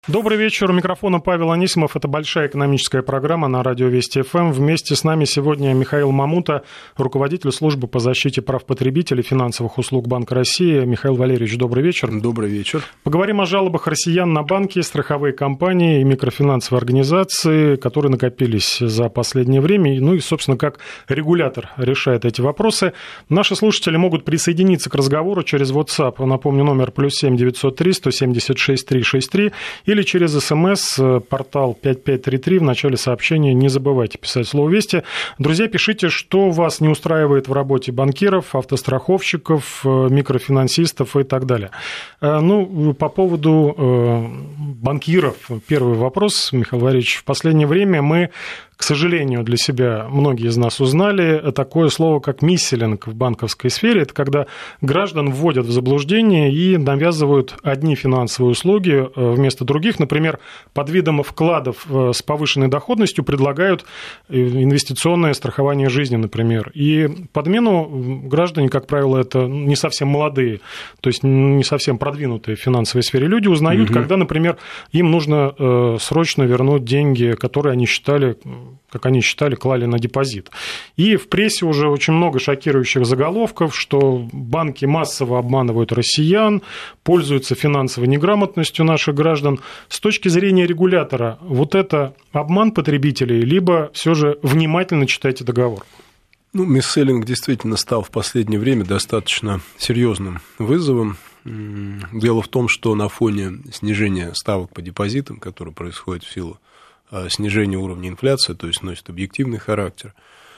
Добрый вечер. У микрофона Павел Анисимов. Это большая экономическая программа на радио Вести ФМ. Вместе с нами сегодня Михаил Мамута, руководитель службы по защите прав потребителей финансовых услуг Банка России. Михаил Валерьевич, добрый вечер. Добрый вечер. Поговорим о жалобах россиян на банки, страховые компании и микрофинансовые организации, которые накопились за последнее время. Ну и, собственно, как регулятор решает эти вопросы. Наши слушатели могут присоединиться к разговору через WhatsApp. Напомню, номер +7 903 176 363 или через СМС, портал 5533, в начале сообщения не забывайте писать слово «Вести». Друзья, пишите, что вас не устраивает в работе банкиров, автостраховщиков, микрофинансистов и так далее. Ну, по поводу банкиров, первый вопрос, Михаил Валерьевич. В последнее время мы, к сожалению, для себя многие из нас узнали такое слово, как мисселинг в банковской сфере. Это когда граждан вводят в заблуждение и навязывают одни финансовые услуги вместо других. Например, под видом вкладов с повышенной доходностью предлагают инвестиционное страхование жизни, например. И подмену граждане, как правило, это не совсем молодые, то есть не совсем продвинутые в финансовой сфере люди, узнают, когда, например, им нужно срочно вернуть деньги, которые они считали, как они считали, клали на депозит. И в прессе уже очень много шокирующих заголовков, что банки массово обманывают россиян, пользуются финансовой неграмотностью наших граждан. С точки зрения регулятора, вот это обман потребителей, либо все же внимательно читайте договор? Ну, мисселлинг действительно стал в последнее время достаточно серьезным вызовом. Дело в том, что на фоне снижения ставок по депозитам, которое происходит в силу снижения уровня инфляции, то есть носит объективный характер,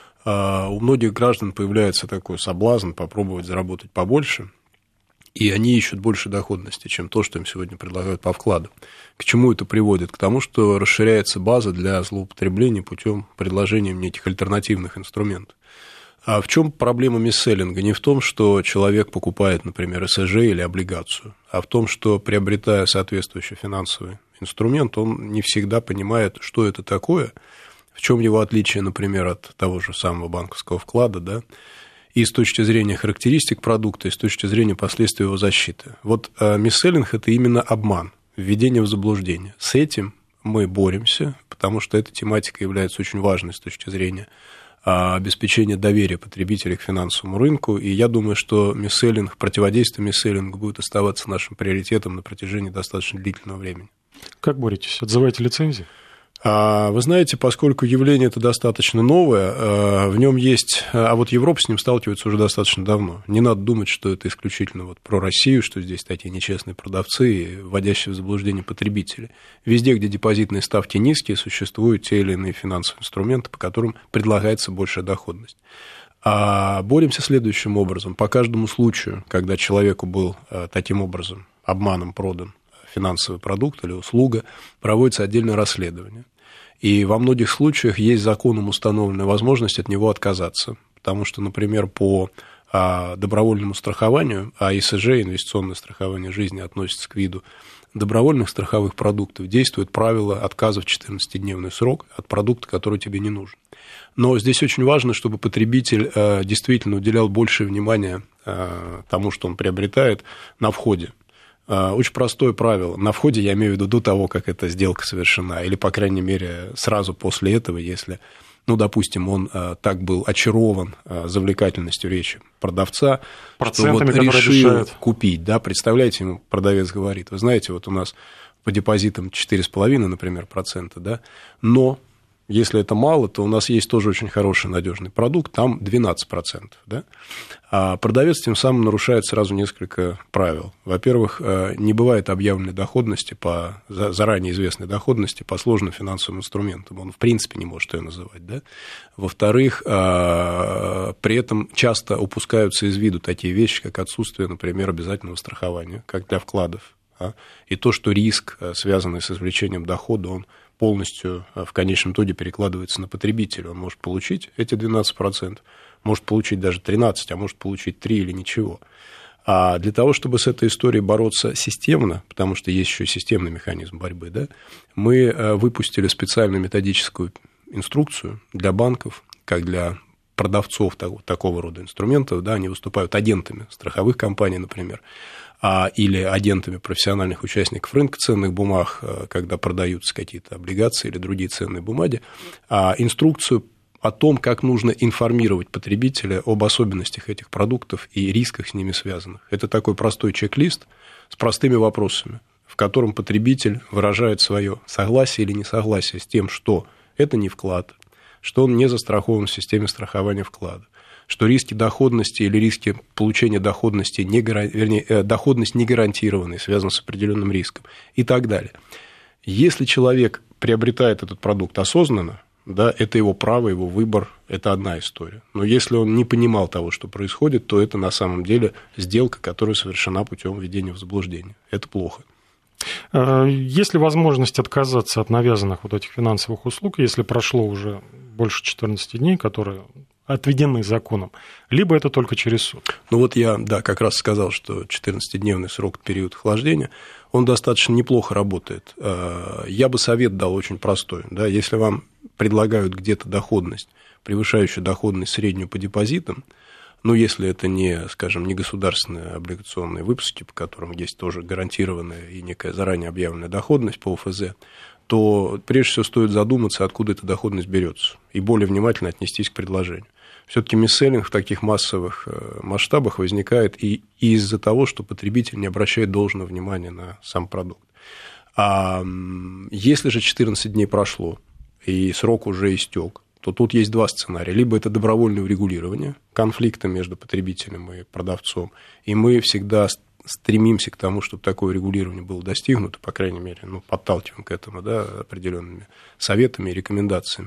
у многих граждан появляется такой соблазн попробовать заработать побольше, и они ищут больше доходности, чем то, что им сегодня предлагают по вкладу. К чему это приводит? К тому, что расширяется база для злоупотребления путем предложения этих альтернативных инструментов. А в чем проблема мисселлинга? Не в том, что человек покупает, например, СЖ или облигацию, а в том, что, приобретая соответствующий финансовый инструмент, он не всегда понимает, что это такое, в чем его отличие, например, от того же самого банковского вклада, да, и с точки зрения характеристик продукта, и с точки зрения последствий его защиты. Вот мисселлинг – это именно обман, введение в заблуждение. С этим мы боремся, потому что эта тематика является очень важной с точки зрения обеспечения доверия потребителей к финансовому рынку, и я думаю, что мисселлинг, противодействие мисселлингу будет оставаться нашим приоритетом на протяжении достаточно длительного времени. Как боретесь? Отзываете лицензии? Вы знаете, поскольку явление это достаточно новое, в нем есть... А вот Европа с ним сталкивается уже достаточно давно. Не надо думать, что это исключительно вот про Россию, что здесь такие нечестные продавцы, вводящие в заблуждение потребителей. Везде, где депозитные ставки низкие, существуют те или иные финансовые инструменты, по которым предлагается большая доходность. А боремся следующим образом. По каждому случаю, когда человеку был таким образом обманом продан финансовый продукт или услуга, проводится отдельное расследование. И во многих случаях есть законом установленная возможность от него отказаться, потому что, например, по добровольному страхованию, а ИСЖ, инвестиционное страхование жизни, относится к виду добровольных страховых продуктов, действует правило отказа в 14-дневный срок от продукта, который тебе не нужен. Но здесь очень важно, чтобы потребитель действительно уделял больше внимания тому, что он приобретает на входе. Очень простое правило. На входе, я имею в виду до того, как эта сделка совершена, или, по крайней мере, сразу после этого, если, ну, допустим, он так был очарован завлекательностью речи продавца, что вот решил купить. Да, представляете, ему продавец говорит, вы знаете, вот у нас по депозитам 4,5%, например, да, но если это мало, то у нас есть тоже очень хороший надежный продукт, там 12%. Да? А продавец тем самым нарушает сразу несколько правил. Во-первых, не бывает объявленной доходности, заранее известной доходности по сложным финансовым инструментам. Он в принципе не может ее называть. Да? Во-вторых, при этом часто упускаются из виду такие вещи, как отсутствие, например, обязательного страхования, как для вкладов. И то, что риск, связанный с извлечением дохода, он полностью в конечном итоге перекладывается на потребителя. Он может получить эти 12%, может получить даже 13%, а может получить 3% или ничего. А для того, чтобы с этой историей бороться системно, потому что есть еще системный механизм борьбы, да, мы выпустили специальную методическую инструкцию для банков, как для продавцов такого рода инструментов, да, они выступают агентами страховых компаний, например, или агентами профессиональных участников рынка ценных бумаг, когда продаются какие-то облигации или другие ценные бумаги, инструкцию о том, как нужно информировать потребителя об особенностях этих продуктов и рисках с ними связанных. Это такой простой чек-лист с простыми вопросами, в котором потребитель выражает свое согласие или несогласие с тем, что это не вклад, что он не застрахован в системе страхования вклада, что риски доходности или риски получения доходности, доходность не гарантированная, связана с определенным риском и так далее. Если человек приобретает этот продукт осознанно, да, это его право, его выбор, это одна история. Но если он не понимал того, что происходит, то это на самом деле сделка, которая совершена путем введения в заблуждение. Это плохо. Есть ли возможность отказаться от навязанных вот этих финансовых услуг, если прошло уже больше 14 дней, которые отведены законом, либо это только через суд? Ну вот я, да, как раз сказал, что 14-дневный срок, период охлаждения, он достаточно неплохо работает. Я бы совет дал очень простой. Да, если вам предлагают где-то доходность, превышающую доходность среднюю по депозитам, ну, если это не, скажем, не государственные облигационные выпуски, по которым есть тоже гарантированная и некая заранее объявленная доходность по ОФЗ, то прежде всего стоит задуматься, откуда эта доходность берется, и более внимательно отнестись к предложению. Все-таки мисселлинг в таких массовых масштабах возникает и из-за того, что потребитель не обращает должного внимания на сам продукт. А если же 14 дней прошло, и срок уже истек, то тут есть два сценария. Либо это добровольное урегулирование конфликта между потребителем и продавцом, и мы всегда стремимся к тому, чтобы такое регулирование было достигнуто, по крайней мере, подталкиваем к этому, да, определенными советами и рекомендациями.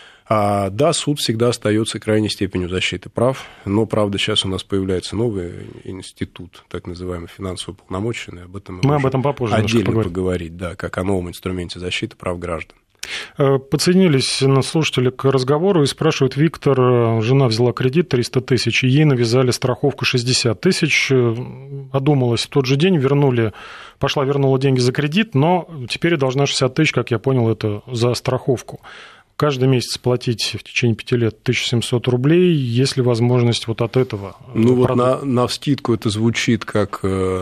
Да, суд всегда остается крайней степенью защиты прав, но, правда, сейчас у нас появляется новый институт, так называемый финансово уполномоченный, об этом мы об этом попозже отдельно поговорить, да, как о новом инструменте защиты прав граждан. Подсоединились слушатели к разговору и спрашивают: Виктор, жена взяла кредит 300 тысяч, и ей навязали страховку 60 тысяч, одумалась в тот же день, вернула деньги за кредит, но теперь должна 60 тысяч, как я понял, это за страховку. Каждый месяц платить в течение 5 лет 1700 рублей, есть ли возможность вот от этого? Ну вот навскидку это звучит как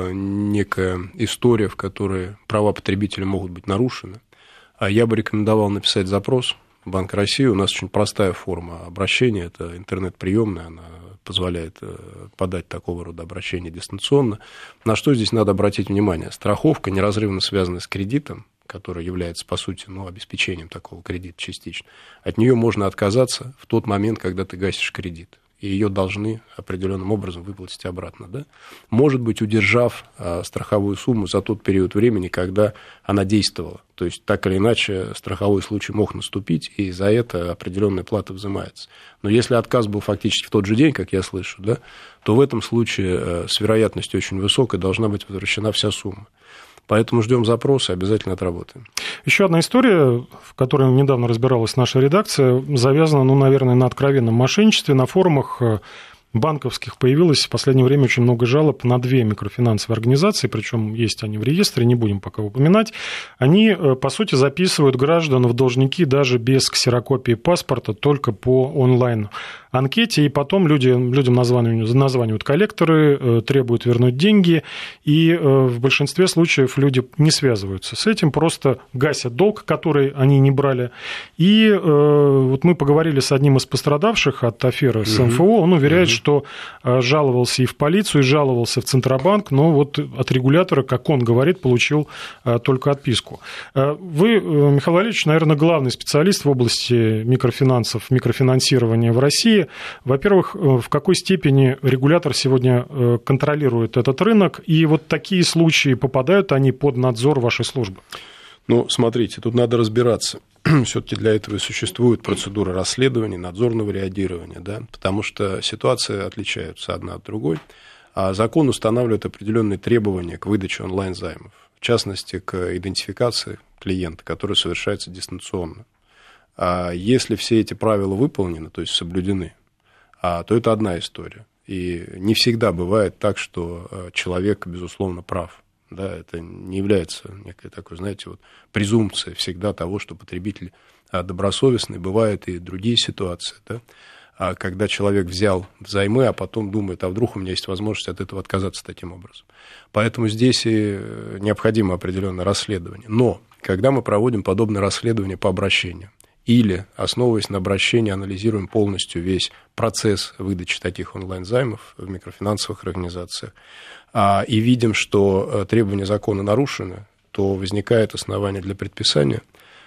некая история, в которой права потребителя могут быть нарушены. А я бы рекомендовал написать запрос в Банк России. У нас очень простая форма обращения, это интернет-приемная, она позволяет подать такого рода обращение дистанционно. На что здесь надо обратить внимание? Страховка неразрывно связана с кредитом, который является, по сути, обеспечением такого кредита частично. От нее можно отказаться в тот момент, когда ты гасишь кредит, и ее должны определенным образом выплатить обратно. Да? Может быть, удержав страховую сумму за тот период времени, когда она действовала. То есть, так или иначе, страховой случай мог наступить, и за это определенная плата взимается. Но если отказ был фактически в тот же день, как я слышу, да, то в этом случае с вероятностью очень высокой должна быть возвращена вся сумма. Поэтому ждем запроса, обязательно отработаем. Еще одна история, в которой недавно разбиралась наша редакция, завязана, наверное, на откровенном мошенничестве. На форумах банковских появилось в последнее время очень много жалоб на 2 микрофинансовые организации, причем есть они в реестре, не будем пока упоминать. Они, по сути, записывают граждан в должники даже без ксерокопии паспорта, только по онлайн-анкете, и потом людям названивают коллекторы, требуют вернуть деньги, и в большинстве случаев люди не связываются с этим, просто гасят долг, который они не брали. И вот мы поговорили с одним из пострадавших от аферы с МФО, он уверяет, что жаловался и в полицию, и жаловался в Центробанк, но вот от регулятора, как он говорит, получил только отписку. Вы, Михаил Валерьевич, наверное, главный специалист в области микрофинансов, микрофинансирования в России. Во-первых, в какой степени регулятор сегодня контролирует этот рынок, и вот такие случаи, попадают они под надзор вашей службы? Ну, смотрите, тут надо разбираться. Все-таки для этого и существует процедура расследования, надзорного реагирования, да, потому что ситуации отличаются одна от другой, а закон устанавливает определенные требования к выдаче онлайн-займов, в частности, к идентификации клиента, которая совершается дистанционно. А если все эти правила выполнены, то есть соблюдены, то это одна история. И не всегда бывает так, что человек, безусловно, прав. Да, это не является некой такой, знаете, презумпцией всегда того, что потребитель добросовестный. Бывают и другие ситуации. Да? когда человек взял взаймы, а потом думает, а вдруг у меня есть возможность от этого отказаться таким образом. Поэтому здесь и необходимо определенное расследование. Но когда мы проводим подобное расследование по обращению, или, основываясь на обращении, анализируем полностью весь процесс выдачи таких онлайн-займов в микрофинансовых организациях, и видим, что требования закона нарушены, то возникает основание для предписания.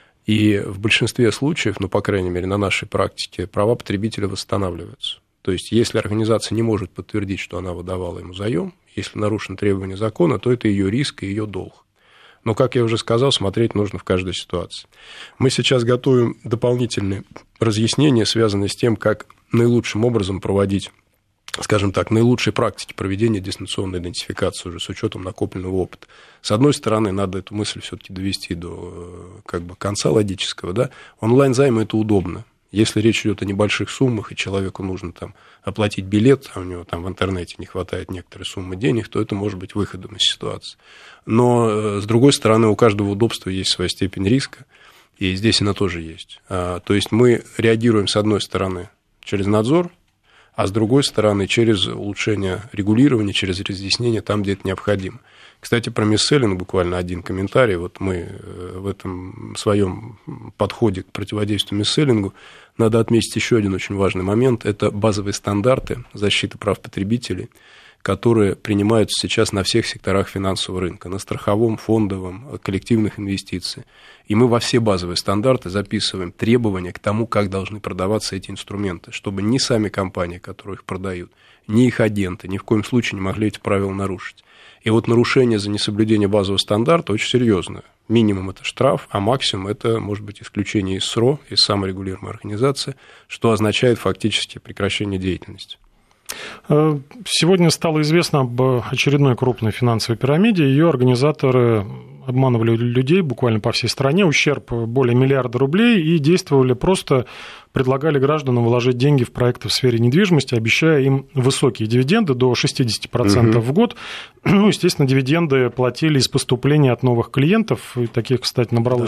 И в большинстве случаев, ну, по крайней мере, на нашей практике, права потребителя восстанавливаются. То есть, если организация не может подтвердить, что она выдавала ему заем, если нарушено требование закона, то это ее риск и ее долг. Но, как я уже сказал, смотреть нужно в каждой ситуации. Мы сейчас готовим дополнительные разъяснения, связанные с тем, как наилучшим образом проводить, скажем так, наилучшие практики проведения дистанционной идентификации уже с учетом накопленного опыта. С одной стороны, надо эту мысль все-таки довести до конца логического. Да? Онлайн-займы – это удобно. Если речь идет о небольших суммах, и человеку нужно там оплатить билет, а у него там в интернете не хватает некоторой суммы денег, то это может быть выходом из ситуации. Но, с другой стороны, у каждого удобства есть своя степень риска, и здесь она тоже есть. То есть мы реагируем, с одной стороны, через надзор, а с другой стороны, через улучшение регулирования, через разъяснение там, где это необходимо. Кстати, про мисселлинг буквально один комментарий. Вот мы в этом своем подходе к противодействию мисселлингу надо отметить еще один очень важный момент. Это базовые стандарты защиты прав потребителей, которые принимаются сейчас на всех секторах финансового рынка, на страховом, фондовом, коллективных инвестиций. И мы во все базовые стандарты записываем требования к тому, как должны продаваться эти инструменты, чтобы ни сами компании, которые их продают, ни их агенты ни в коем случае не могли эти правила нарушить. И вот нарушение за несоблюдение базового стандарта очень серьезное. Минимум – это штраф, а максимум – это, может быть, исключение из СРО, из саморегулируемой организации, что означает фактически прекращение деятельности. Сегодня стало известно об очередной крупной финансовой пирамиде. Ее организаторы обманывали людей буквально по всей стране. Ущерб более миллиарда рублей и действовали просто, предлагали гражданам вложить деньги в проекты в сфере недвижимости, обещая им высокие дивиденды до 60% в год. Ну, естественно, дивиденды платили из поступления от новых клиентов. И таких, кстати, набралось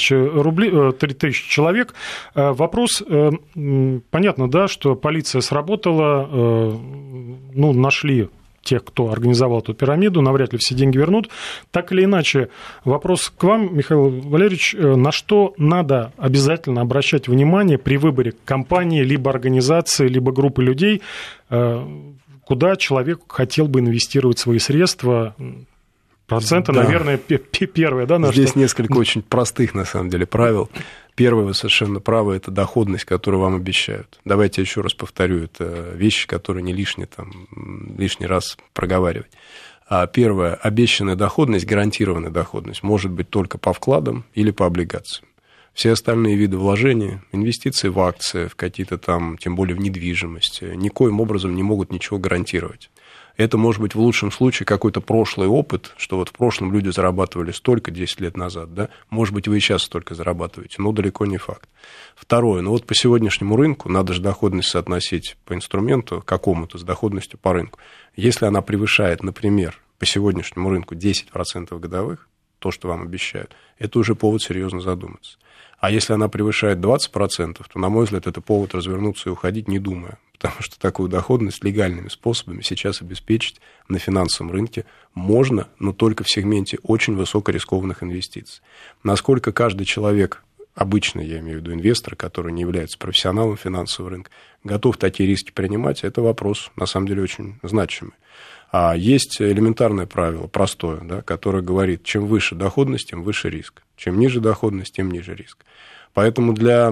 3000 человек. Вопрос, понятно, да, что полиция сработала, ну, нашли тех, кто организовал эту пирамиду, навряд ли все деньги вернут. Так или иначе, вопрос к вам, Михаил Валерьевич, на что надо обязательно обращать внимание при выборе компании, либо организации, либо группы людей, куда человек хотел бы инвестировать свои средства? Проценты, да. Наверное, первое, да? Здесь несколько очень простых, на самом деле, правил. Первое, вы совершенно правы, это доходность, которую вам обещают. Давайте я еще раз повторю, это вещи, которые не лишний раз проговаривать. Первое, обещанная доходность, гарантированная доходность может быть только по вкладам или по облигациям. Все остальные виды вложений, инвестиции в акции, в какие-то там, тем более в недвижимость, никоим образом не могут ничего гарантировать. Это может быть в лучшем случае какой-то прошлый опыт, что вот в прошлом люди зарабатывали столько 10 лет назад, да? Может быть, вы и сейчас столько зарабатываете, но далеко не факт. Второе, ну вот по сегодняшнему рынку надо же доходность соотносить по инструменту какому-то с доходностью по рынку. Если она превышает, например, по сегодняшнему рынку 10% годовых, то, что вам обещают, это уже повод серьезно задуматься. А если она превышает 20%, то, на мой взгляд, это повод развернуться и уходить, не думая. Потому что такую доходность легальными способами сейчас обеспечить на финансовом рынке можно, но только в сегменте очень высокорискованных инвестиций. Насколько каждый человек, обычный, я имею в виду инвестор, который не является профессионалом финансового рынка, готов такие риски принимать, это вопрос, на самом деле, очень значимый. А есть элементарное правило, простое, да, которое говорит, чем выше доходность, тем выше риск. Чем ниже доходность, тем ниже риск. Поэтому для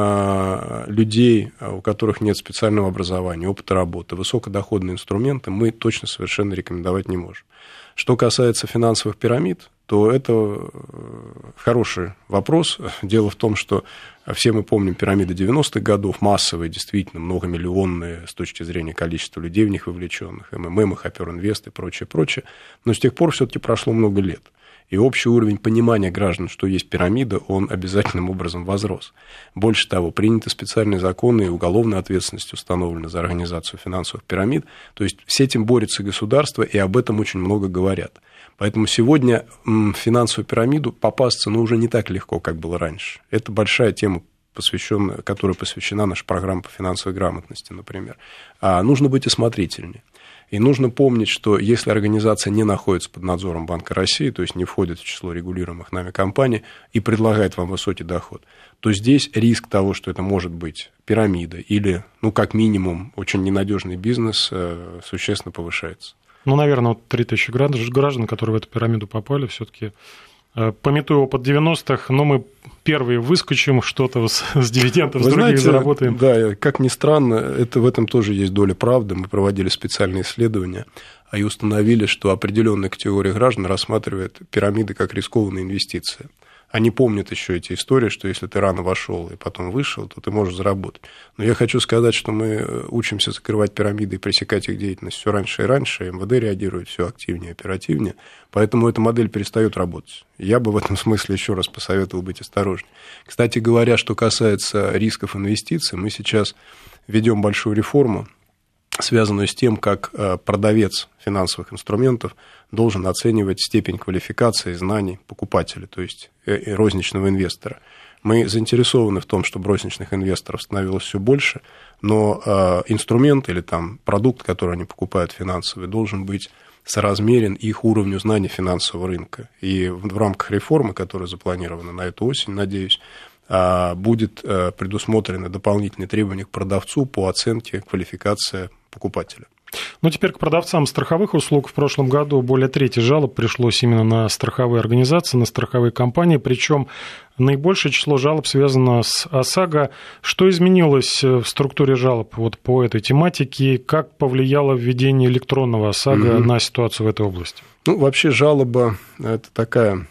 людей, у которых нет специального образования, опыта работы, высокодоходные инструменты мы точно совершенно рекомендовать не можем. Что касается финансовых пирамид, то это хороший вопрос. Дело в том, что все мы помним пирамиды 90-х годов, массовые, действительно, многомиллионные с точки зрения количества людей в них вовлеченных, МММ, Хайпер-Инвест и прочее, прочее. Но с тех пор все-таки прошло много лет. И общий уровень понимания граждан, что есть пирамида, он обязательным образом возрос. Больше того, приняты специальные законы и уголовная ответственность установлена за организацию финансовых пирамид. То есть с этим борется государство, и об этом очень много говорят. Поэтому сегодня в финансовую пирамиду попасться уже не так легко, как было раньше. Это большая тема которой посвящена наша программа по финансовой грамотности, например. Нужно быть осмотрительнее. И нужно помнить, что если организация не находится под надзором Банка России, то есть не входит в число регулируемых нами компаний и предлагает вам высокий доход, то здесь риск того, что это может быть пирамида или, как минимум, очень ненадежный бизнес, существенно повышается. Наверное, 3000 граждан, которые в эту пирамиду попали, все-таки, памятуя опыт 90-х, мы первые выскочим, что-то с дивидендов, с других заработаем. Да, как ни странно, в этом тоже есть доля правды. Мы проводили специальные исследования и установили, что определенная категория граждан рассматривает пирамиды как рискованные инвестиции. Они помнят еще эти истории, что если ты рано вошел и потом вышел, то ты можешь заработать. Но я хочу сказать, что мы учимся закрывать пирамиды и пресекать их деятельность все раньше и раньше, и МВД реагирует все активнее и оперативнее, поэтому эта модель перестает работать. Я бы в этом смысле еще раз посоветовал быть осторожнее. Кстати говоря, что касается рисков инвестиций, мы сейчас ведем большую реформу, связанную с тем, как продавец финансовых инструментов должен оценивать степень квалификации, знаний покупателя, то есть розничного инвестора. Мы заинтересованы в том, чтобы розничных инвесторов становилось все больше, но инструмент или продукт, который они покупают финансовый, должен быть соразмерен их уровню знаний финансового рынка. И в рамках реформы, которая запланирована на эту осень, надеюсь, будет предусмотрены дополнительные требования к продавцу по оценке квалификации покупателя. Теперь к продавцам страховых услуг. В прошлом году более трети жалоб пришлось именно на страховые организации, на страховые компании, причем наибольшее число жалоб связано с ОСАГО. Что изменилось в структуре жалоб по этой тематике? Как повлияло введение электронного ОСАГО на ситуацию в этой области? Вообще жалоба – это такая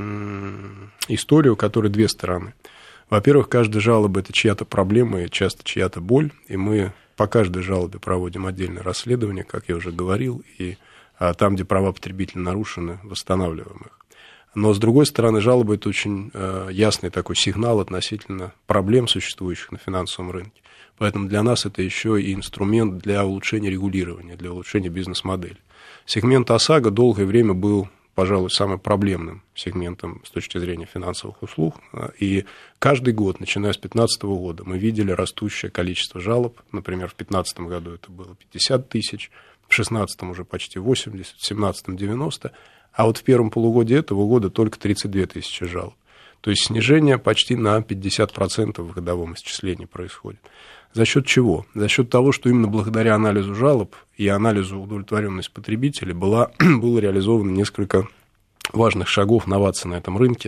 история, у которой две стороны. Во-первых, каждая жалоба – это чья-то проблема и часто чья-то боль, и мы по каждой жалобе проводим отдельное расследование, как я уже говорил, и там, где права потребителя нарушены, восстанавливаем их. Но, с другой стороны, жалоба – это очень ясный такой сигнал относительно проблем, существующих на финансовом рынке. Поэтому для нас это еще и инструмент для улучшения регулирования, для улучшения бизнес-модели. Сегмент ОСАГО долгое время был, пожалуй, самым проблемным сегментом с точки зрения финансовых услуг. И каждый год, начиная с 2015 года, мы видели растущее количество жалоб. Например, в 2015 году это было 50 тысяч, в 2016 уже почти 80, в 2017 90, а в первом полугодии этого года только 32 тысячи жалоб. То есть снижение почти на 50% в годовом исчислении происходит. За счет чего? За счет того, что именно благодаря анализу жалоб и анализу удовлетворенности потребителей было реализовано несколько важных шагов, новаций на этом рынке,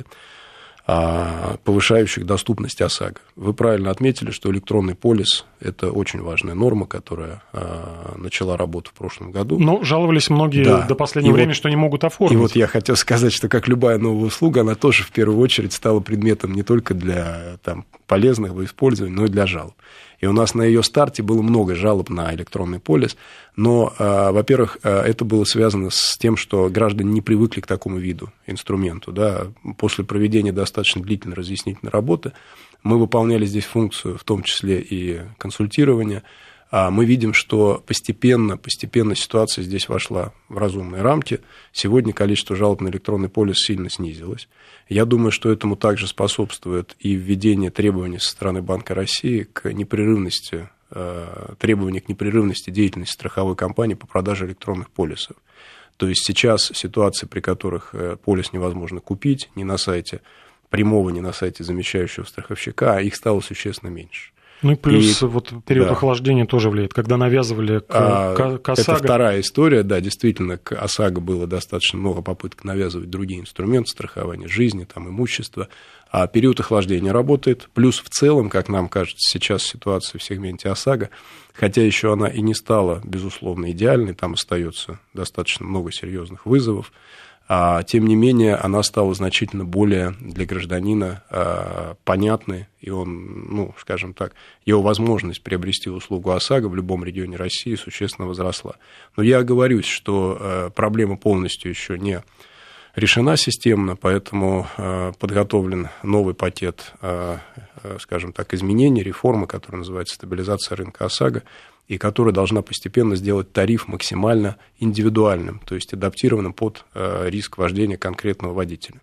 повышающих доступность ОСАГО. Вы правильно отметили, что электронный полис – это очень важная норма, которая начала работу в прошлом году. Но жаловались многие до последнего времени, что не могут оформить. И я хотел сказать, что как любая новая услуга, она тоже в первую очередь стала предметом не только для полезного использования, но и для жалоб. И у нас на ее старте было много жалоб на электронный полис, но, во-первых, это было связано с тем, что граждане не привыкли к такому виду инструменту. Да? После проведения достаточно длительной разъяснительной работы мы выполняли здесь функцию, в том числе и консультирования. Мы видим, что постепенно ситуация здесь вошла в разумные рамки. Сегодня количество жалоб на электронный полис сильно снизилось. Я думаю, что этому также способствует и введение требований со стороны Банка России к непрерывности, требования к непрерывности деятельности страховой компании по продаже электронных полисов. То есть сейчас ситуации, при которых полис невозможно купить ни на сайте прямого, ни на сайте замещающего страховщика, их стало существенно меньше. И плюс период охлаждения тоже влияет, когда навязывали к ОСАГО. Это вторая история, да, действительно, к ОСАГО было достаточно много попыток навязывать другие инструменты страхования жизни, имущества, а период охлаждения работает, плюс в целом, как нам кажется, сейчас ситуация в сегменте ОСАГО, хотя еще она и не стала, безусловно, идеальной, там остается достаточно много серьезных вызовов, тем не менее, она стала значительно более для гражданина понятной, и он, скажем так, его возможность приобрести услугу ОСАГО в любом регионе России существенно возросла. Но я оговорюсь, что проблема полностью еще не решена системно, поэтому подготовлен новый пакет, скажем так, изменений, реформы, которая называется «Стабилизация рынка ОСАГО», и которая должна постепенно сделать тариф максимально индивидуальным, то есть адаптированным под риск вождения конкретного водителя.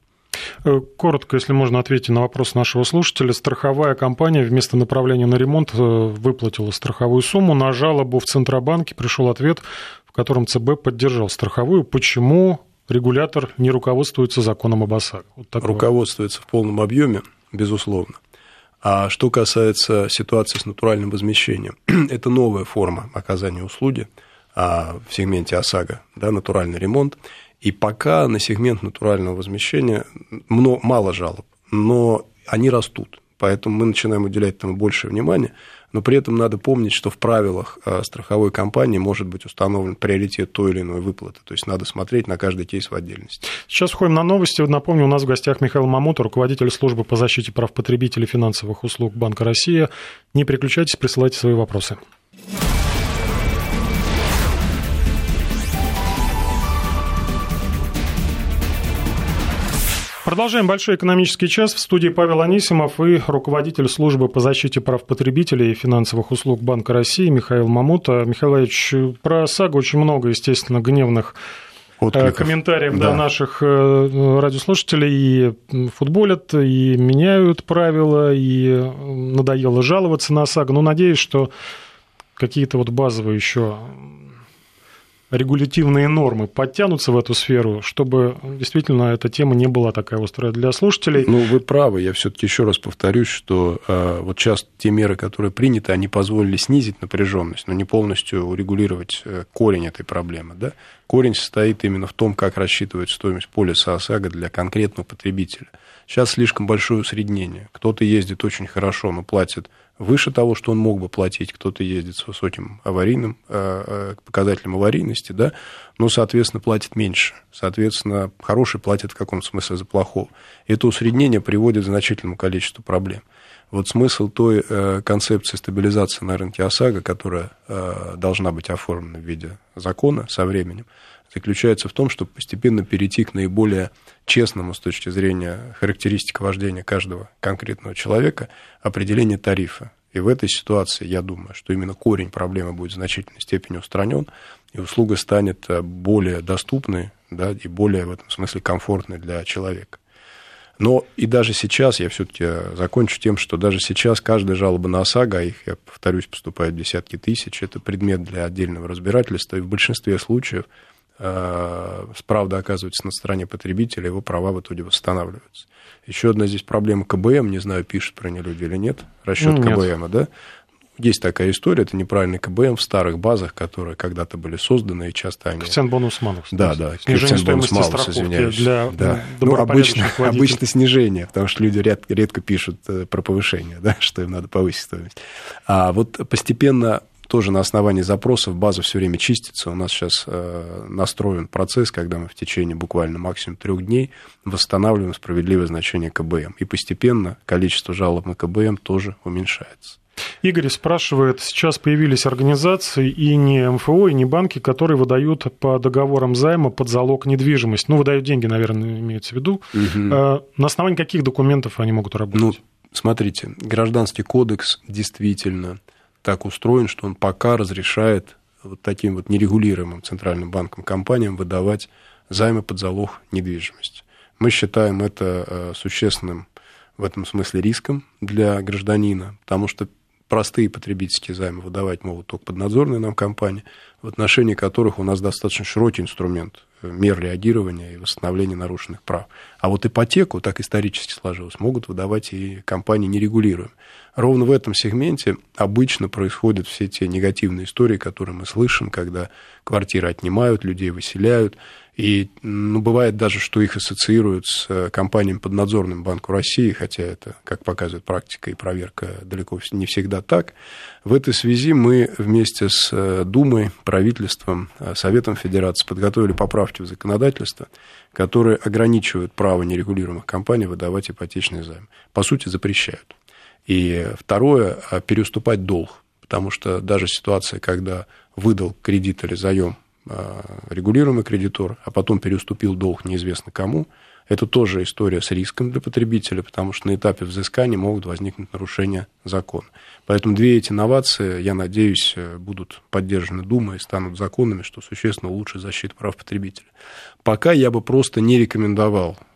Коротко, если можно, ответить на вопрос нашего слушателя. Страховая компания вместо направления на ремонт выплатила страховую сумму. На жалобу в Центробанке пришел ответ, в котором ЦБ поддержал страховую. Почему регулятор не руководствуется законом об ОСАГО? Руководствуется в полном объеме, безусловно. А что касается ситуации с натуральным возмещением, это новая форма оказания услуги в сегменте ОСАГО, да, натуральный ремонт. И пока на сегмент натурального возмещения мало жалоб, но они растут. Поэтому мы начинаем уделять этому больше внимания. Но при этом надо помнить, что в правилах страховой компании может быть установлен приоритет той или иной выплаты. То есть надо смотреть на каждый кейс в отдельности. Сейчас входим на новости. Напомню, у нас в гостях Михаил Мамута, руководитель службы по защите прав потребителей финансовых услуг Банка России. Не переключайтесь, присылайте свои вопросы. Продолжаем большой экономический час. В студии Павел Анисимов и руководитель службы по защите прав потребителей и финансовых услуг Банка России Михаил Мамута. Михаил Ильич, про ОСАГО очень много, естественно, гневных комментариев наших радиослушателей. И футболят, и меняют правила, и надоело жаловаться на ОСАГО. Но надеюсь, что какие-то базовые еще регулятивные нормы подтянутся в эту сферу, чтобы действительно эта тема не была такая острая для слушателей. Вы правы. Я все-таки еще раз повторюсь, что вот сейчас те меры, которые приняты, они позволили снизить напряженность, но не полностью урегулировать корень этой проблемы. Да? Корень состоит именно в том, как рассчитывать стоимость полиса ОСАГО для конкретного потребителя. Сейчас слишком большое усреднение. Кто-то ездит очень хорошо, но платит выше того, что он мог бы платить, кто-то ездит с высоким аварийным показателем аварийности, да, но, соответственно, платит меньше. Соответственно, хороший платит в каком-то смысле за плохого. Это усреднение приводит к значительному количеству проблем. Вот смысл той концепции стабилизации на рынке ОСАГО, которая должна быть оформлена в виде закона со временем, заключается в том, чтобы постепенно перейти к наиболее честному с точки зрения характеристик вождения каждого конкретного человека определению тарифа. И в этой ситуации, я думаю, что именно корень проблемы будет в значительной степени устранен, и услуга станет более доступной, да, и более, в этом смысле, комфортной для человека. Но и даже сейчас, я все-таки закончу тем, что даже сейчас каждая жалоба на ОСАГО, а их, я повторюсь, поступает десятки тысяч, это предмет для отдельного разбирательства, и в большинстве случаев правда оказывается на стороне потребителя, его права в итоге восстанавливаются. Еще одна здесь проблема КБМ, не знаю, пишут про нее люди или нет, расчет КБМа, да? Есть такая история, это неправильный КБМ в старых базах, которые когда-то были созданы, и часто они... Коэффициент бонус-малус. Да, коэффициент бонус-малус, извиняюсь. Обычно снижение, потому что люди редко пишут про повышение, да, что им надо повысить стоимость. А вот постепенно тоже на основании запросов база все время чистится. У нас сейчас настроен процесс, когда мы в течение буквально максимум 3 дней восстанавливаем справедливое значение КБМ. И постепенно количество жалоб на КБМ тоже уменьшается. Игорь спрашивает, сейчас появились организации и не МФО, и не банки, которые выдают по договорам займа под залог недвижимость. Выдают деньги, наверное, имеется в виду. На основании каких документов они могут работать? Смотрите, Гражданский кодекс действительно так устроен, что он пока разрешает вот таким вот нерегулируемым центральным банком компаниям выдавать займы под залог недвижимости. Мы считаем это существенным в этом смысле риском для гражданина, потому что простые потребительские займы выдавать могут только поднадзорные нам компании, в отношении которых у нас достаточно широкий инструмент мер реагирования и восстановления нарушенных прав. А вот ипотеку, так исторически сложилось, могут выдавать и компании нерегулируемые. Ровно в этом сегменте обычно происходят все те негативные истории, которые мы слышим, когда квартиры отнимают, людей выселяют. И бывает даже, что их ассоциируют с компаниями поднадзорным Банку России, хотя это, как показывает практика и проверка, далеко не всегда так. В этой связи мы вместе с Думой, правительством, Советом Федерации подготовили поправки в законодательство, которые ограничивают право нерегулируемых компаний выдавать ипотечный займ. По сути, запрещают. И второе, переуступать долг, потому что даже ситуация, когда выдал кредит или заем регулируемый кредитор, а потом переуступил долг неизвестно кому, это тоже история с риском для потребителя, потому что на этапе взыскания могут возникнуть нарушения закона. Поэтому две эти новации, я надеюсь, будут поддержаны Думой и станут законами, что существенно улучшит защиту прав потребителя. Пока я бы просто не рекомендовал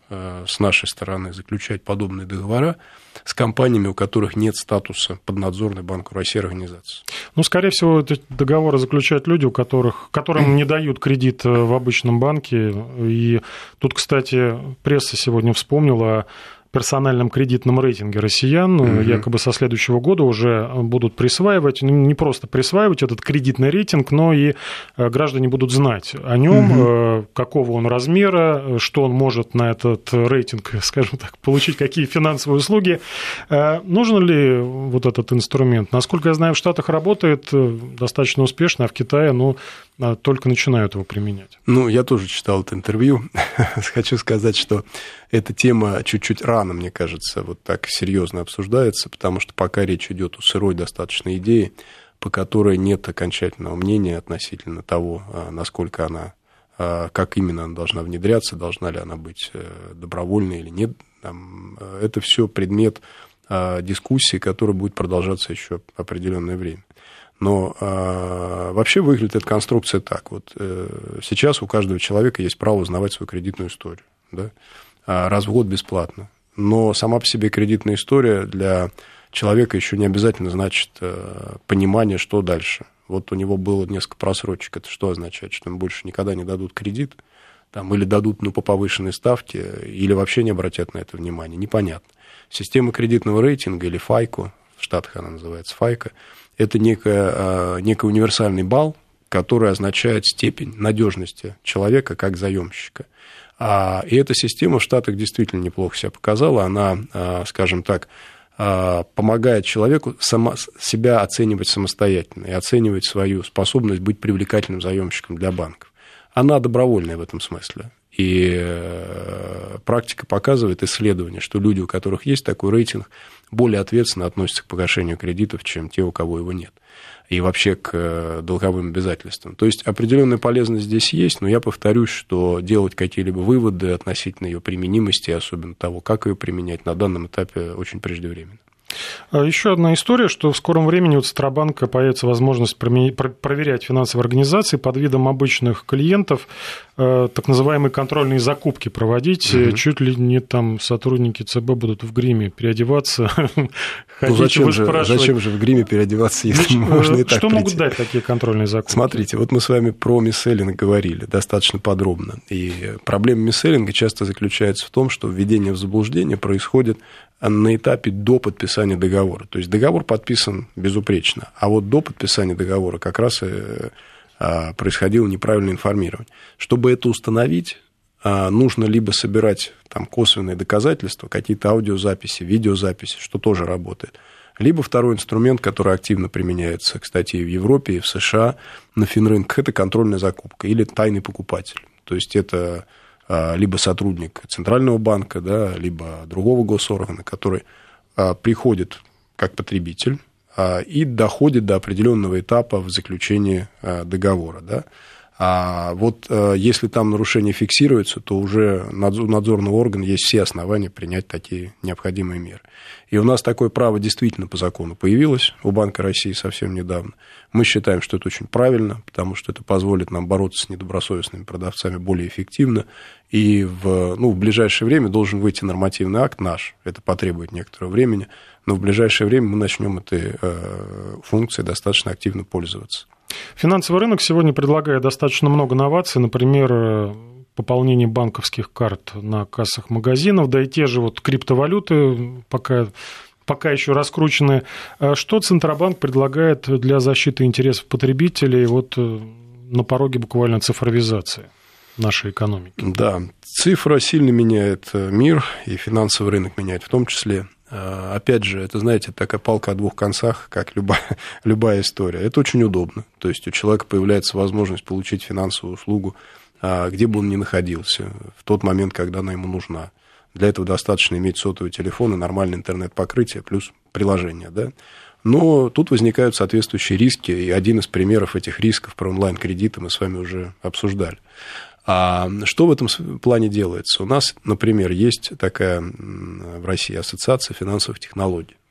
с нашей стороны заключать подобные договора с компаниями, у которых нет статуса поднадзорной Банку России организации. Ну, скорее всего, эти договоры заключают люди, которым не дают кредит в обычном банке. И тут, кстати, пресса сегодня вспомнила о персональном кредитном рейтинге россиян. Якобы со следующего года уже будут присваивать, не просто присваивать этот кредитный рейтинг, но и граждане будут знать о нем, какого он размера, что он может на этот рейтинг, скажем так, получить, какие финансовые услуги. Нужен ли вот этот инструмент? Насколько я знаю, в Штатах работает достаточно успешно, а в Китае, только начинают его применять. Я тоже читал это интервью. Хочу сказать, что эта тема чуть-чуть рано, мне кажется, вот так серьезно обсуждается, потому что пока речь идет о сырой достаточно идее, по которой нет окончательного мнения относительно того, насколько она, как именно она должна внедряться, должна ли она быть добровольной или нет. Это все предмет дискуссии, которая будет продолжаться еще определенное время. Но вообще выглядит эта конструкция так. Вот сейчас у каждого человека есть право узнавать свою кредитную историю, да? Раз в год бесплатно. Но сама по себе кредитная история для человека еще не обязательно значит понимание, что дальше. Вот у него было несколько просрочек. Это что означает? Что ему больше никогда не дадут кредит, или дадут по повышенной ставке, или вообще не обратят на это внимание. Непонятно. Система кредитного рейтинга, или FICO, в Штатах она называется FICO, это некий универсальный балл, который означает степень надежности человека как заемщика. И эта система в Штатах действительно неплохо себя показала. Она, скажем так, помогает человеку себя оценивать самостоятельно и оценивать свою способность быть привлекательным заемщиком для банков. Она добровольная в этом смысле. И практика показывает, исследования, что люди, у которых есть такой рейтинг, более ответственно относятся к погашению кредитов, чем те, у кого его нет. И вообще к долговым обязательствам. То есть определенная полезность здесь есть, но я повторюсь, что делать какие-либо выводы относительно ее применимости, особенно того, как ее применять, на данном этапе очень преждевременно. Еще одна история, что в скором времени у Центробанка появится возможность проверять финансовые организации под видом обычных клиентов, так называемые контрольные закупки проводить. Чуть ли не там сотрудники ЦБ будут в гриме переодеваться. Зачем же в гриме переодеваться, если можно и так Что могут дать такие контрольные закупки? Смотрите, вот мы с вами про мисселлинг говорили достаточно подробно. И проблема мисселлинга часто заключается в том, что введение в заблуждение происходит на этапе до подписания договора. То есть договор подписан безупречно, а вот до подписания договора как раз происходило неправильное информирование. Чтобы это установить, нужно либо собирать косвенные доказательства, какие-то аудиозаписи, видеозаписи, что тоже работает, либо второй инструмент, который активно применяется, кстати, и в Европе, и в США на финрынках, это контрольная закупка или тайный покупатель. То есть это либо сотрудник Центрального банка, да, либо другого госоргана, который приходит как потребитель и доходит до определенного этапа в заключении договора. Да. А вот если там нарушение фиксируется, то уже у надзорного органа есть все основания принять такие необходимые меры. И у нас такое право действительно по закону появилось у Банка России совсем недавно. Мы считаем, что это очень правильно, потому что это позволит нам бороться с недобросовестными продавцами более эффективно. И в ближайшее время должен выйти нормативный акт наш. Это потребует некоторого времени, но в ближайшее время мы начнем этой функцией достаточно активно пользоваться. Финансовый рынок сегодня предлагает достаточно много новаций, например, пополнение банковских карт на кассах магазинов, да и те же криптовалюты пока еще раскручены. Что Центробанк предлагает для защиты интересов потребителей на пороге буквально цифровизации нашей экономики? Да, цифра сильно меняет мир, и финансовый рынок меняет в том числе. Опять же, это, знаете, такая палка о двух концах, как любая история. Это очень удобно. То есть у человека появляется возможность получить финансовую услугу, где бы он ни находился, в тот момент, когда она ему нужна. Для этого достаточно иметь сотовый телефон и нормальное интернет-покрытие, плюс приложение. Да? Но тут возникают соответствующие риски, и один из примеров этих рисков про онлайн-кредиты мы с вами уже обсуждали. А что в этом плане делается? У нас, например, есть такая в России ассоциация финансовых технологий.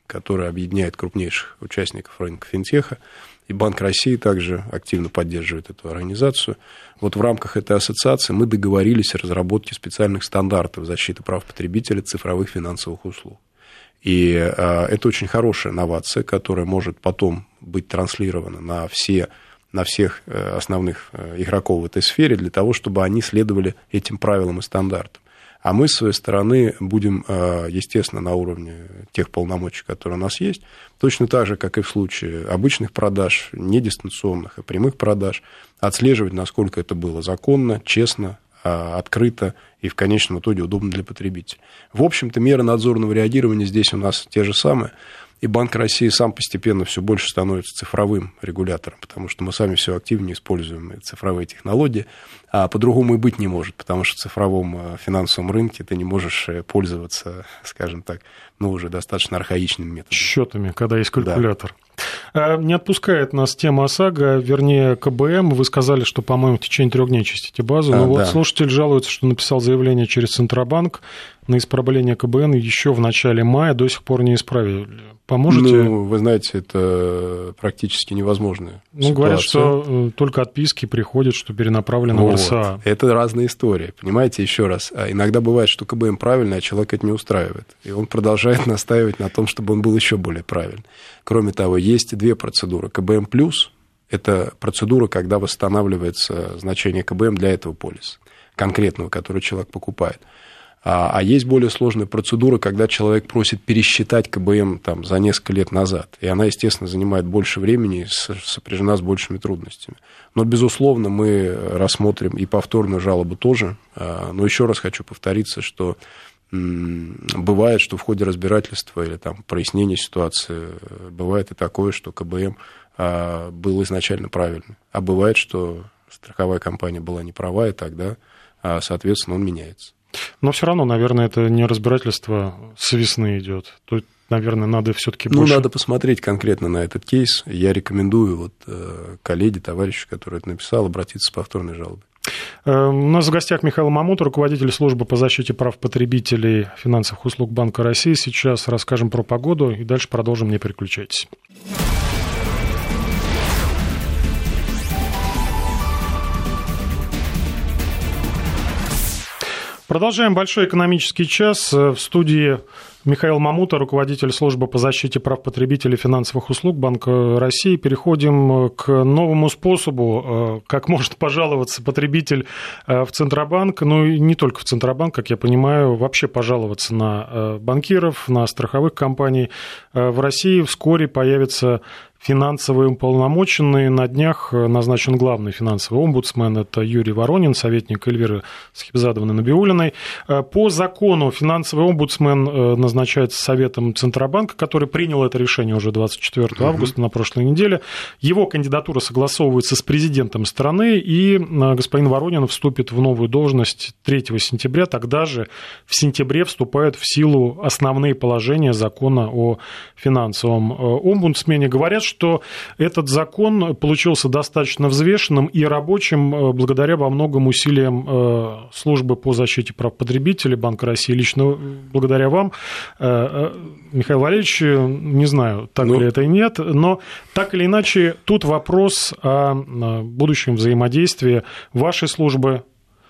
который объединяет крупнейших участников рынка финтеха, и Банк России также активно поддерживает эту организацию. Вот в рамках этой ассоциации мы договорились о разработке специальных стандартов защиты прав потребителя цифровых финансовых услуг. И это очень хорошая новация, которая может потом быть транслирована на всех основных игроков в этой сфере, для того, чтобы они следовали этим правилам и стандартам. А мы, с своей стороны, будем, естественно, на уровне тех полномочий, которые у нас есть, точно так же, как и в случае обычных продаж, не дистанционных, а прямых продаж, отслеживать, насколько это было законно, честно, открыто и в конечном итоге удобно для потребителя. В общем-то, меры надзорного реагирования здесь у нас те же самые. И Банк России сам постепенно все больше становится цифровым регулятором, потому что мы сами все активнее используем цифровые технологии, а по-другому и быть не может, потому что в цифровом финансовом рынке ты не можешь пользоваться, скажем так, уже достаточно архаичным методом. Счетами, когда есть калькулятор. Да. Не отпускает нас тема ОСАГО, вернее, КБМ. Вы сказали, что, по-моему, в течение 3 дней чистите базу. Но вот слушатель жалуется, что написал заявление через Центробанк на исправление КБМ еще в начале мая, до сих пор не исправили. Поможете? Вы знаете, это практически невозможно. Говорят, что только отписки приходят, что перенаправлено в РСА. Это разные истории, понимаете, еще раз. Иногда бывает, что КБМ правильный, а человек это не устраивает. И он продолжает настаивать на том, чтобы он был еще более правильный. Кроме того, есть 2 процедуры. КБМ+, это процедура, когда восстанавливается значение КБМ для этого полиса, конкретного, который человек покупает. А есть более сложная процедура, когда человек просит пересчитать КБМ за несколько лет назад. И она, естественно, занимает больше времени и сопряжена с большими трудностями. Но, безусловно, мы рассмотрим и повторную жалобу тоже. Но еще раз хочу повториться, что бывает, что в ходе разбирательства или прояснения ситуации бывает и такое, что КБМ был изначально правильный. А бывает, что страховая компания была не права, и тогда, соответственно, он меняется. Но все равно, наверное, это не разбирательство с весны идет. Тут, наверное, надо все-таки больше... надо посмотреть конкретно на этот кейс. Я рекомендую коллеге, товарищу, который это написал, обратиться с повторной жалобой. У нас в гостях Михаил Мамут, руководитель службы по защите прав потребителей финансовых услуг Банка России. Сейчас расскажем про погоду и дальше продолжим, не переключайтесь. Продолжаем большой экономический час. В студии Михаил Мамута, руководитель службы по защите прав потребителей финансовых услуг Банка России. Переходим к новому способу, как может пожаловаться потребитель в Центробанк. И не только в Центробанк, как я понимаю, вообще пожаловаться на банкиров, на страховых компаний. В России вскоре появится финансовые уполномоченные. На днях назначен главный финансовый омбудсмен, это Юрий Воронин, советник Эльвиры Схибзадовны-Набиуллиной. По закону финансовый омбудсмен назначается Советом Центробанка, который принял это решение уже 24 августа на прошлой неделе. Его кандидатура согласовывается с президентом страны, и господин Воронин вступит в новую должность 3 сентября. Тогда же в сентябре вступают в силу основные положения закона о финансовом омбудсмене. Говорят, что этот закон получился достаточно взвешенным и рабочим благодаря во многом усилиям службы по защите прав потребителей Банка России, лично благодаря вам, Михаил Валерьевич. Не знаю, так ли это и нет, но так или иначе тут вопрос о будущем взаимодействии вашей службы,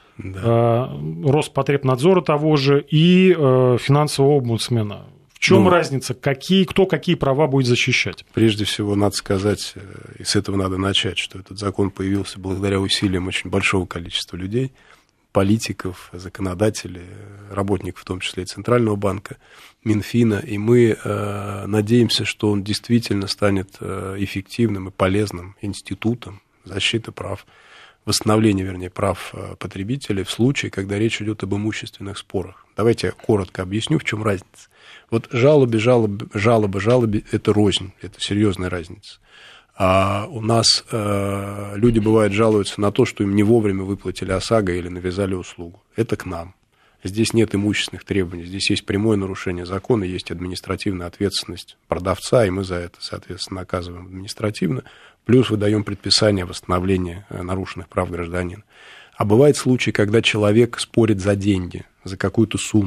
Роспотребнадзора того же и финансового омбудсмена. В чем разница? Кто какие права будет защищать? Прежде всего, надо сказать, и с этого надо начать, что этот закон появился благодаря усилиям очень большого количества людей, политиков, законодателей, работников, в том числе и Центрального банка, Минфина, и мы надеемся, что он действительно станет эффективным и полезным институтом защиты прав, восстановления, вернее, прав потребителей в случае, когда речь идет об имущественных спорах. Давайте я коротко объясню, в чем разница. Вот жалобы – это рознь, это серьезная разница. А у нас люди, бывает, жалуются на то, что им не вовремя выплатили ОСАГО или навязали услугу. Это к нам. Здесь нет имущественных требований, здесь есть прямое нарушение закона, есть административная ответственность продавца, и мы за это, соответственно, наказываем административно, плюс выдаем предписание о восстановлении нарушенных прав гражданина. А бывает случай, когда человек спорит за деньги, за какую-то сумму.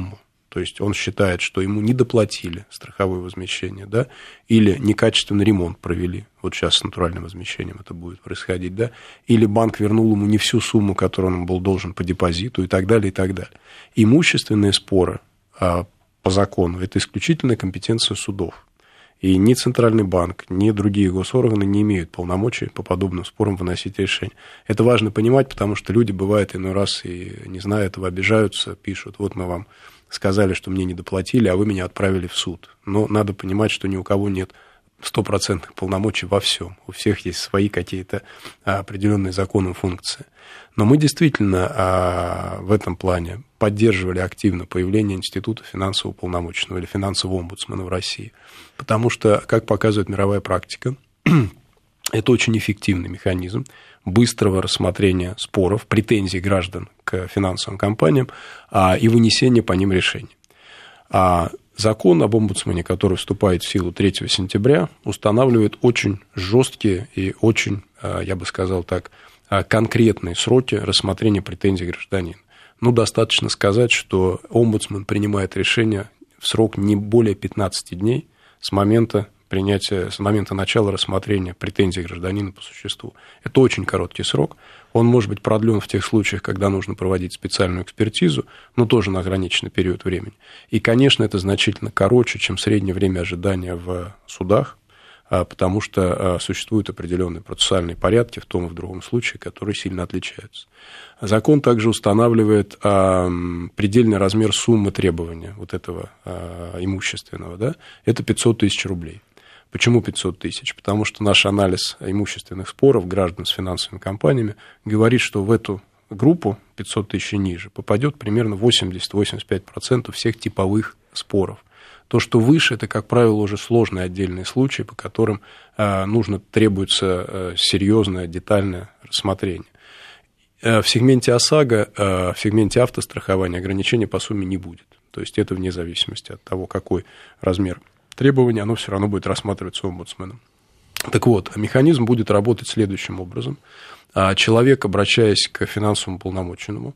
То есть он считает, что ему не доплатили страховое возмещение, да, или некачественный ремонт провели. Вот сейчас с натуральным возмещением это будет происходить, да, или банк вернул ему не всю сумму, которую он был должен по депозиту, и так далее, и так далее. Имущественные споры по закону – это исключительная компетенция судов. И ни Центральный банк, ни другие госорганы не имеют полномочий по подобным спорам выносить решения. Это важно понимать, потому что люди, бывает, иной раз и не зная этого, обижаются, пишут: вот мы вам сказали, что мне не доплатили, а вы меня отправили в суд. Но надо понимать, что ни у кого нет стопроцентных полномочий во всем. У всех есть свои какие-то определенные законы функции. Но мы действительно в этом плане поддерживали активно появление института финансового уполномоченного или финансового омбудсмена в России. Потому что, как показывает мировая практика, это очень эффективный механизм быстрого рассмотрения споров, претензий граждан к финансовым компаниям и вынесения по ним решений. Закон об омбудсмане, который вступает в силу 3 сентября, устанавливает очень жесткие и очень, я бы сказал так, конкретные сроки рассмотрения претензий гражданина. Ну, достаточно сказать, что омбудсмен принимает решение в срок не более 15 дней с момента начала рассмотрения претензий гражданина по существу. Это очень короткий срок. Он может быть продлен в тех случаях, когда нужно проводить специальную экспертизу, но тоже на ограниченный период времени. И, конечно, это значительно короче, чем среднее время ожидания в судах, потому что существуют определенные процессуальные порядки в том и в другом случае, которые сильно отличаются. Закон также устанавливает предельный размер суммы требования вот этого имущественного, да, это 500 тысяч рублей. Почему 500 тысяч? Потому что наш анализ имущественных споров граждан с финансовыми компаниями говорит, что в эту группу 500 тысяч и ниже попадет примерно 80-85% всех типовых споров. То, что выше, это, как правило, уже сложные отдельные случаи, по которым требуется серьезное, детальное рассмотрение. В сегменте ОСАГО, в сегменте автострахования ограничений по сумме не будет. То есть это вне зависимости от того, какой размер требований, оно все равно будет рассматриваться омбудсменом. Так вот, механизм будет работать следующим образом. Человек, обращаясь к финансовому уполномоченному,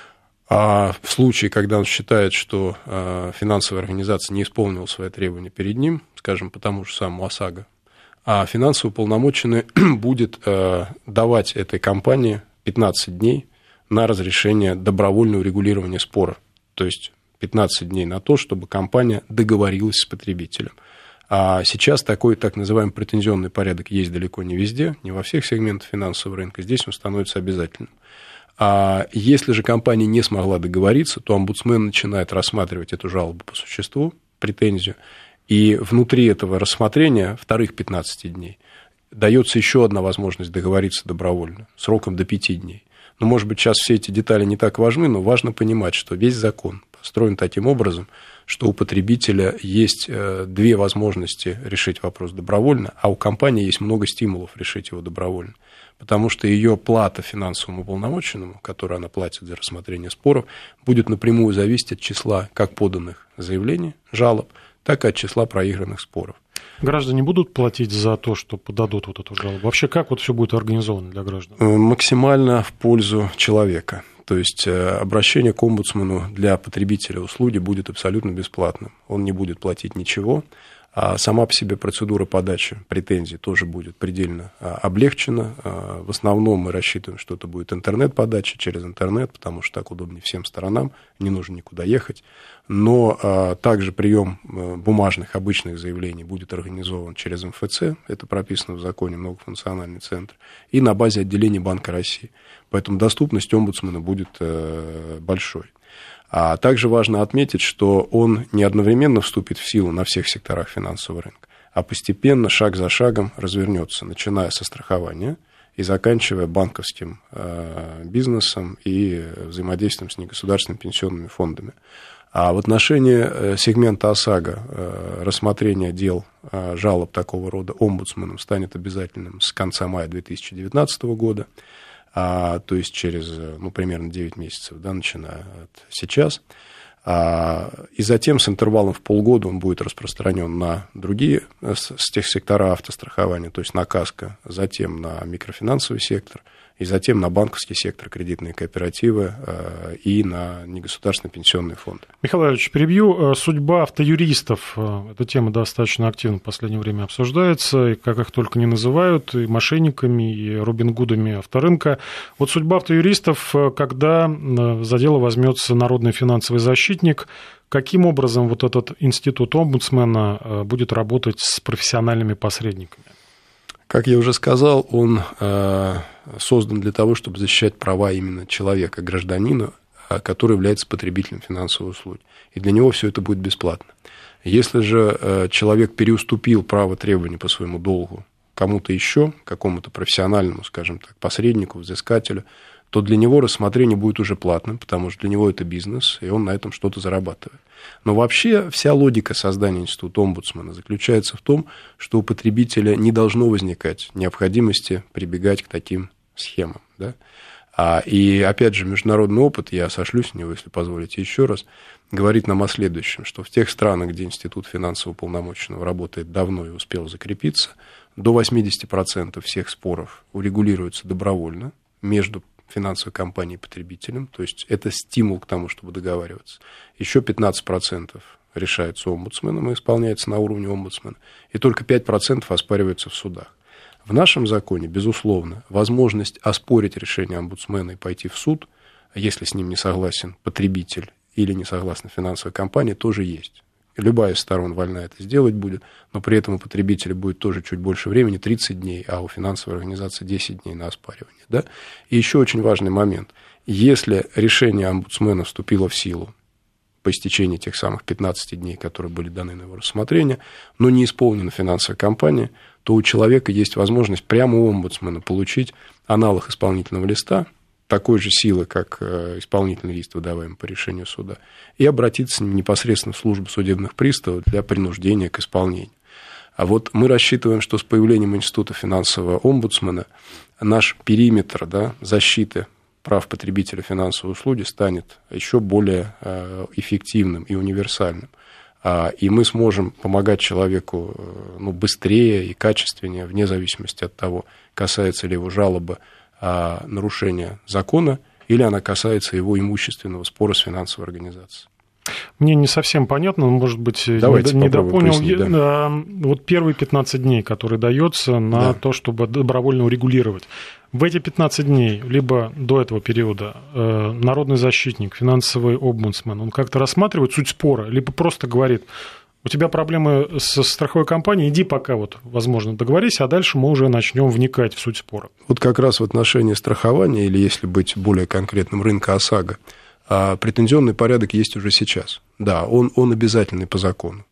в случае, когда он считает, что финансовая организация не исполнила свои требования перед ним, скажем, по тому же самому ОСАГО, финансовый уполномоченный будет давать этой компании 15 дней на разрешение добровольного урегулирования спора. То есть 15 дней на то, чтобы компания договорилась с потребителем. А сейчас такой так называемый претензионный порядок есть далеко не везде, не во всех сегментах финансового рынка. Здесь он становится обязательным. А если же компания не смогла договориться, то омбудсмен начинает рассматривать эту жалобу по существу, претензию, и внутри этого рассмотрения вторых 15 дней дается еще одна возможность договориться добровольно, сроком до 5 дней. Ну, может быть, сейчас все эти детали не так важны, но важно понимать, что весь закон построен таким образом, что у потребителя есть две возможности решить вопрос добровольно, а у компании есть много стимулов решить его добровольно. Потому что ее плата финансовому уполномоченному, которую она платит за рассмотрение споров, будет напрямую зависеть от числа как поданных заявлений, жалоб, так и от числа проигранных споров. Граждане будут платить за то, что подадут вот эту жалобу? Вообще, как вот все будет организовано для граждан? Максимально в пользу человека. То есть обращение к омбудсмену для потребителя услуги будет абсолютно бесплатным. Он не будет платить ничего, а сама по себе процедура подачи претензий тоже будет предельно облегчена. В основном мы рассчитываем, что это будет интернет-подача через интернет, потому что так удобнее всем сторонам, не нужно никуда ехать. Но также прием бумажных обычных заявлений будет организован через МФЦ, это прописано в законе, многофункциональный центр, и на базе отделений Банка России. Поэтому доступность омбудсмена будет большой. А также важно отметить, что он не одновременно вступит в силу на всех секторах финансового рынка, а постепенно, шаг за шагом развернется, начиная со страхования и заканчивая банковским бизнесом и взаимодействием с негосударственными пенсионными фондами. А в отношении сегмента ОСАГО рассмотрение дел жалоб такого рода омбудсменом станет обязательным с конца мая 2019 года. То есть через примерно 9 месяцев, да, начиная от сейчас. И затем с интервалом в полгода он будет распространен на другие с тех сектора автострахования, то есть на КАСКО, затем на микрофинансовый сектор и затем на банковский сектор, кредитные кооперативы и на негосударственные пенсионные фонды. Михаил Валерьевич, перебью. Судьба автоюристов. Эта тема достаточно активно в последнее время обсуждается, и как их только не называют, и мошенниками, и Робин Гудами авторынка. Вот судьба автоюристов, когда за дело возьмется народный финансовый защитник, каким образом вот этот институт омбудсмена будет работать с профессиональными посредниками? Как я уже сказал, он создан для того, чтобы защищать права именно человека, гражданина, который является потребителем финансовой услуги. И для него все это будет бесплатно. Если же человек переуступил право требования по своему долгу кому-то еще, какому-то профессиональному, скажем так, посреднику, взыскателю, то для него рассмотрение будет уже платным, потому что для него это бизнес, и он на этом что-то зарабатывает. Но вообще вся логика создания института омбудсмена заключается в том, что у потребителя не должно возникать необходимости прибегать к таким схемам. Да? И опять же, международный опыт, я сошлюсь на него, если позволите еще раз, говорит нам о следующем, что в тех странах, где институт финансового уполномоченного работает давно и успел закрепиться, до 80% всех споров урегулируются добровольно между финансовой компанией и потребителем, то есть это стимул к тому, чтобы договариваться. Еще 15% решается омбудсменом и исполняется на уровне омбудсмена, и только 5% оспаривается в судах. В нашем законе, безусловно, возможность оспорить решение омбудсмена и пойти в суд, если с ним не согласен потребитель или не согласна финансовая компания, тоже есть. Любая из сторон вольна это сделать будет, но при этом у потребителя будет тоже чуть больше времени, 30 дней, а у финансовой организации 10 дней на оспаривание. Да? И еще очень важный момент. Если решение омбудсмена вступило в силу по истечении тех самых 15 дней, которые были даны на его рассмотрение, но не исполнена финансовая компания, то у человека есть возможность прямо у омбудсмена получить аналог исполнительного листа, такой же силы, как исполнительный лист, выдаваемый по решению суда, и обратиться с ним непосредственно в службу судебных приставов для принуждения к исполнению. А вот мы рассчитываем, что с появлением института финансового омбудсмена наш периметр, да, защиты прав потребителя финансовой услуги станет еще более эффективным и универсальным. И мы сможем помогать человеку быстрее и качественнее, вне зависимости от того, касается ли его жалобы нарушения закона, или она касается его имущественного спора с финансовой организацией. Мне не совсем понятно, может быть, давайте недопонял. Пояснить, да. Вот первые 15 дней, которые дается на то, чтобы добровольно урегулировать. В эти 15 дней, либо до этого периода, народный защитник, финансовый омбудсмен, он как-то рассматривает суть спора, либо просто говорит: у тебя проблемы со страховой компанией, иди пока, возможно, договорись, а дальше мы уже начнем вникать в суть спора. Вот как раз в отношении страхования, или, если быть более конкретным, рынка ОСАГО, претензионный порядок есть уже сейчас. Да, он обязательный по закону.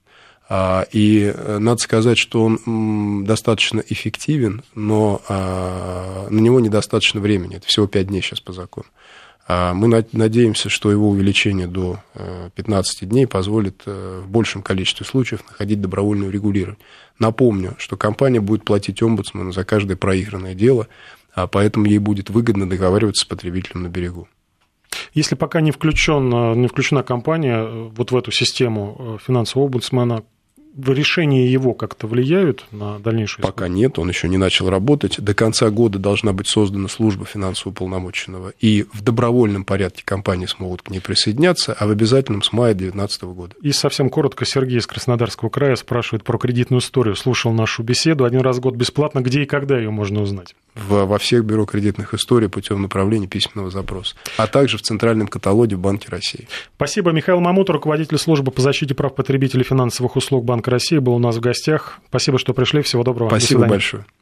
И надо сказать, что он достаточно эффективен, но на него недостаточно времени. Это всего 5 дней сейчас по закону. Мы надеемся, что его увеличение до 15 дней позволит в большем количестве случаев находить добровольное урегулирование. Напомню, что компания будет платить омбудсмену за каждое проигранное дело, поэтому ей будет выгодно договариваться с потребителем на берегу. Если пока не включена компания вот в эту систему финансового омбудсмена, решения его как-то влияют на дальнейшую историю? Пока нет, он еще не начал работать. До конца года должна быть создана служба финансового уполномоченного, и в добровольном порядке компании смогут к ней присоединяться, а в обязательном с мая 2019 года. И совсем коротко, Сергей из Краснодарского края спрашивает про кредитную историю. Слушал нашу беседу. 1 раз в год бесплатно. Где и когда ее можно узнать? Во всех бюро кредитных историй путем направления письменного запроса, а также в центральном каталоге в Банке России. Спасибо. Михаил Мамут, руководитель службы по защите прав потребителей финансовых услуг Банка России, был у нас в гостях. Спасибо, что пришли. Всего доброго. Спасибо большое.